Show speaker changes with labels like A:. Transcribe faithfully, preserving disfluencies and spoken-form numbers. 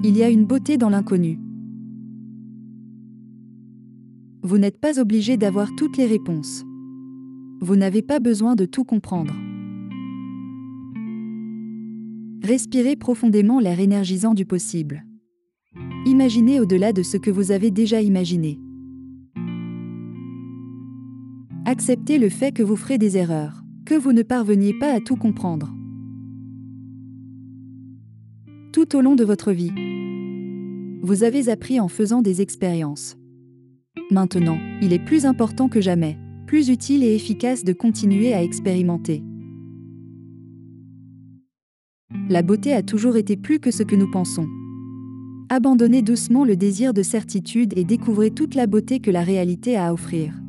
A: Il y a une beauté dans l'inconnu. Vous n'êtes pas obligé d'avoir toutes les réponses. Vous n'avez pas besoin de tout comprendre. Respirez profondément l'air énergisant du possible. Imaginez au-delà de ce que vous avez déjà imaginé. Acceptez le fait que vous ferez des erreurs, que vous ne parveniez pas à tout comprendre. Tout au long de votre vie, vous avez appris en faisant des expériences. Maintenant, il est plus important que jamais, plus utile et efficace de continuer à expérimenter. La beauté a toujours été plus que ce que nous pensons. Abandonnez doucement le désir de certitude et découvrez toute la beauté que la réalité a à offrir.